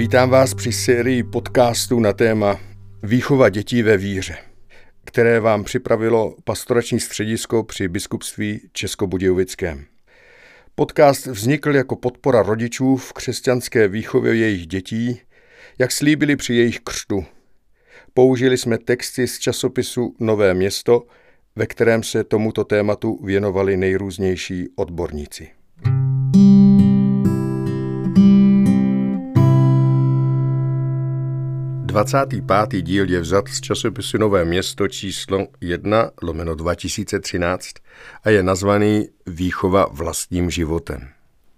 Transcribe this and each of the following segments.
Vítám vás při sérii podcastů na téma Výchova dětí ve víře, které vám připravilo pastorační středisko při biskupství Českobudějovickém. Podcast vznikl jako podpora rodičů v křesťanské výchově jejich dětí, jak slíbili při jejich křtu. Použili jsme texty z časopisu Nové město, ve kterém se tomuto tématu věnovali nejrůznější odborníci. Dvacátý pátý díl je vzat z časopisu Nové město číslo 1/2013 a je nazvaný Výchova vlastním životem.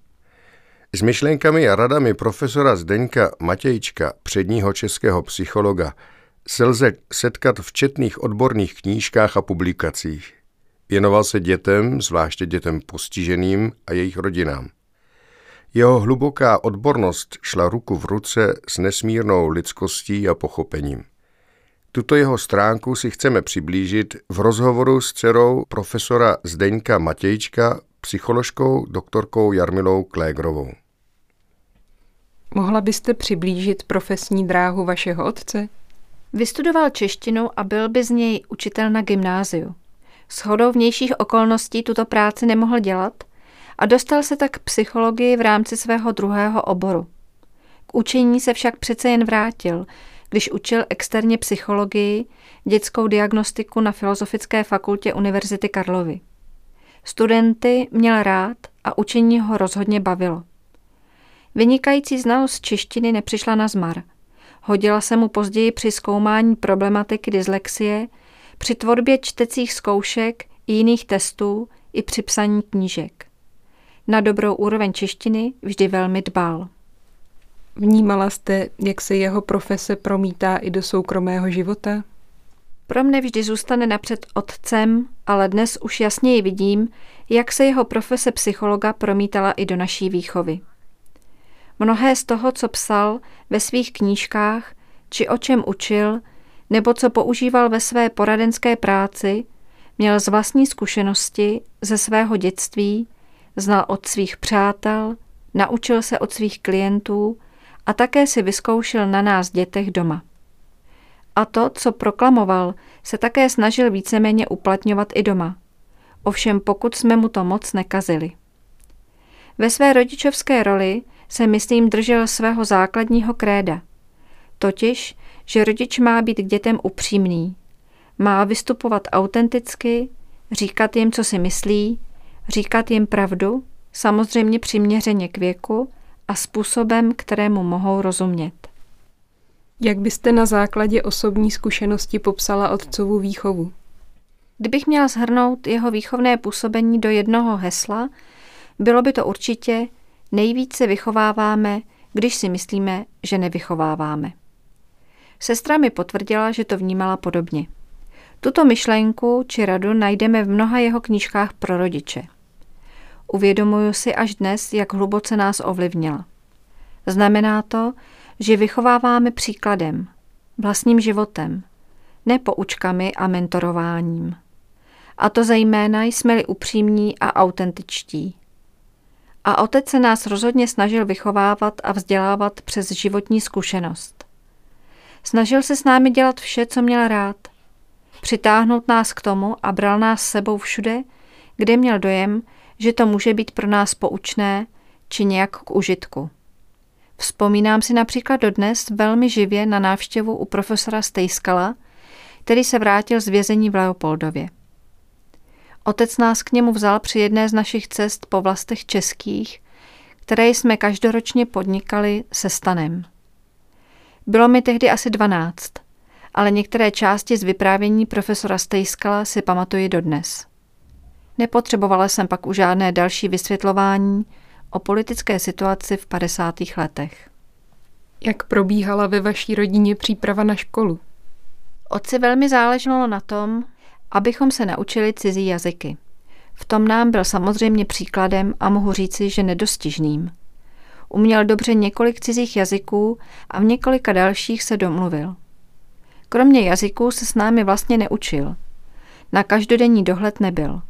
S myšlenkami a radami profesora Zdeňka Matějčka, předního českého psychologa, se lze setkat v četných odborných knížkách a publikacích. Věnoval se dětem, zvláště dětem postiženým a jejich rodinám. Jeho hluboká odbornost šla ruku v ruce s nesmírnou lidskostí a pochopením. Tuto jeho stránku si chceme přiblížit v rozhovoru s dcerou profesora Zdeňka Matějčka, psycholožkou doktorkou Jarmilou Klégrovou. Mohla byste přiblížit profesní dráhu vašeho otce? Vystudoval češtinu a byl by z něj učitel na gymnáziu. Shodou vnějších okolností tuto práci nemohl dělat a dostal se tak k psychologii v rámci svého druhého oboru. K učení se však přece jen vrátil, když učil externě psychologii, dětskou diagnostiku na Filozofické fakultě Univerzity Karlovy. Studenty měl rád a učení ho rozhodně bavilo. Vynikající znalost češtiny nepřišla na zmar. Hodila se mu později při zkoumání problematiky dyslexie, při tvorbě čtecích zkoušek i jiných testů i při psaní knížek. Na dobrou úroveň češtiny vždy velmi dbal. Vnímala jste, jak se jeho profese promítá i do soukromého života? Pro mne vždy zůstane napřed otcem, ale dnes už jasněji vidím, jak se jeho profese psychologa promítala i do naší výchovy. Mnohé z toho, co psal ve svých knížkách, či o čem učil, nebo co používal ve své poradenské práci, měl z vlastní zkušenosti, ze svého dětství, znal od svých přátel, naučil se od svých klientů a také si vyzkoušel na nás dětech doma. A to, co proklamoval, se také snažil víceméně uplatňovat i doma. Ovšem pokud jsme mu to moc nekazili. Ve své rodičovské roli se, myslím, držel svého základního kréda. Totiž, že rodič má být k dětem upřímný. Má vystupovat autenticky, říkat jim, co si myslí, říkat jim pravdu, samozřejmě přiměřeně k věku a způsobem, kterému mohou rozumět. Jak byste na základě osobní zkušenosti popsala otcovu výchovu? Kdybych měla shrnout jeho výchovné působení do jednoho hesla, bylo by to určitě nejvíce vychováváme, když si myslíme, že nevychováváme. Sestra mi potvrdila, že to vnímala podobně. Tuto myšlenku či radu najdeme v mnoha jeho knížkách pro rodiče. Uvědomuju si až dnes, jak hluboce nás ovlivnila. Znamená to, že vychováváme příkladem, vlastním životem, ne poučkami a mentorováním. A to zejména jsme-li upřímní a autentičtí. A otec se nás rozhodně snažil vychovávat a vzdělávat přes životní zkušenost. Snažil se s námi dělat vše, co měl rád. Přitáhnout nás k tomu a bral nás s sebou všude, kde měl dojem, že to může být pro nás poučné či nějak k užitku. Vzpomínám si například dodnes velmi živě na návštěvu u profesora Stejskala, který se vrátil z vězení v Leopoldově. Otec nás k němu vzal při jedné z našich cest po vlastech českých, které jsme každoročně podnikali se Stanem. Bylo mi tehdy asi 12, ale některé části z vyprávění profesora Stejskala si pamatuji dodnes. Nepotřebovala jsem pak už žádné další vysvětlování o politické situaci v 50. letech. Jak probíhala ve vaší rodině příprava na školu? Otci velmi záleželo na tom, abychom se naučili cizí jazyky. V tom nám byl samozřejmě příkladem a mohu říci, že nedostižným. Uměl dobře několik cizích jazyků a v několika dalších se domluvil. Kromě jazyků se s námi vlastně neučil. Na každodenní dohled nebyl.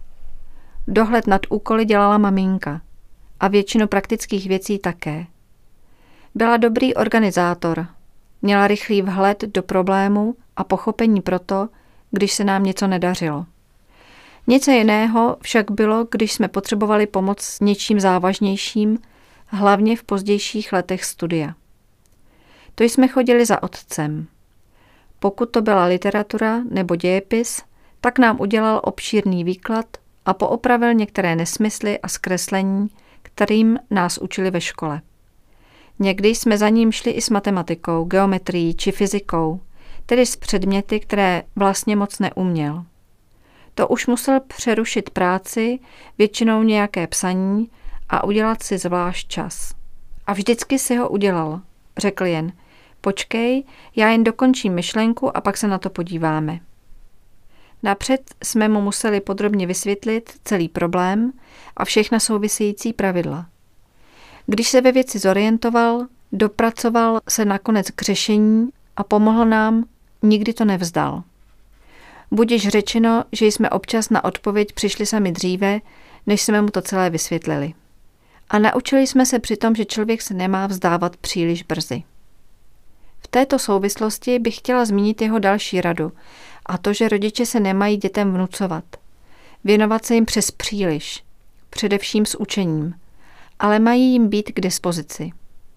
Dohled nad úkoly dělala maminka a většinu praktických věcí také. Byla dobrý organizátor. Měla rychlý vhled do problému a pochopení proto, když se nám něco nedařilo. Něco jiného však bylo, když jsme potřebovali pomoc s něčím závažnějším, hlavně v pozdějších letech studia. To jsme chodili za otcem. Pokud to byla literatura nebo dějepis, tak nám udělal obšírný výklad a poopravil některé nesmysly a zkreslení, kterým nás učili ve škole. Někdy jsme za ním šli i s matematikou, geometrií či fyzikou, tedy s předměty, které vlastně moc neuměl. To už musel přerušit práci, většinou nějaké psaní a udělat si zvlášť čas. A vždycky si ho udělal. Řekl jen, počkej, já jen dokončím myšlenku a pak se na to podíváme. Napřed jsme mu museli podrobně vysvětlit celý problém a všechna související pravidla. Když se ve věci zorientoval, dopracoval se nakonec k řešení a pomohl nám, nikdy to nevzdal. Budiž řečeno, že jsme občas na odpověď přišli sami dříve, než jsme mu to celé vysvětlili. A naučili jsme se přitom, že člověk se nemá vzdávat příliš brzy. V této souvislosti bych chtěla zmínit jeho další radu, a to, že rodiče se nemají dětem vnucovat. Věnovat se jim přes příliš, především s učením, ale mají jim být k dispozici.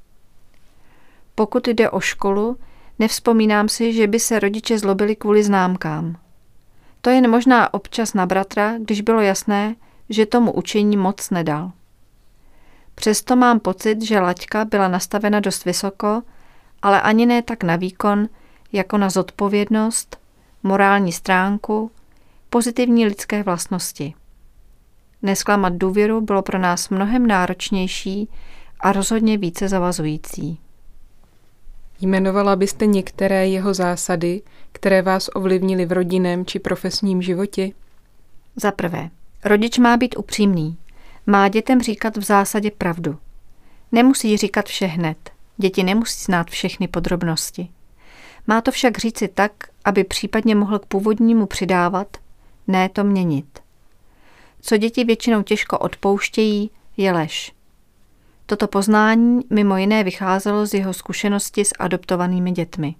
Pokud jde o školu, nevzpomínám si, že by se rodiče zlobili kvůli známkám. To jen možná občas na bratra, když bylo jasné, že tomu učení moc nedal. Přesto mám pocit, že laťka byla nastavena dost vysoko, ale ani ne tak na výkon, jako na zodpovědnost, morální stránku, pozitivní lidské vlastnosti. Nesklamat důvěru bylo pro nás mnohem náročnější a rozhodně více zavazující. Jmenovala byste některé jeho zásady, které vás ovlivnily v rodinném či profesním životě? Za prvé, rodič má být upřímný. Má dětem říkat v zásadě pravdu. Nemusí říkat vše hned. Děti nemusí znát všechny podrobnosti. Má to však říci tak, aby případně mohl k původnímu přidávat, ne to měnit. Co děti většinou těžko odpouštějí, je lež. Toto poznání mimo jiné vycházelo z jeho zkušenosti s adoptovanými dětmi.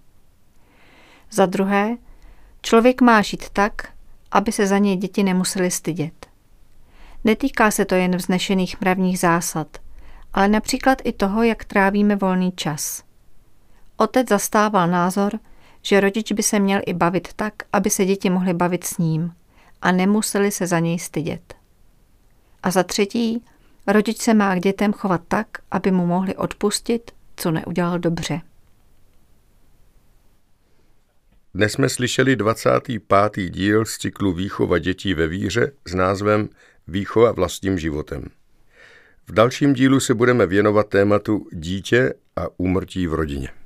Za druhé, člověk má žít tak, aby se za něj děti nemusely stydět. Netýká se to jen vznešených mravních zásad, ale například i toho, jak trávíme volný čas. Otec zastával názor, že rodič by se měl i bavit tak, aby se děti mohly bavit s ním a nemuseli se za něj stydět. A za třetí, rodič se má k dětem chovat tak, aby mu mohli odpustit, co neudělal dobře. Dnes jsme slyšeli 25. díl z cyklu Výchova dětí ve víře s názvem Výchova vlastním životem. V dalším dílu se budeme věnovat tématu dítě a úmrtí v rodině.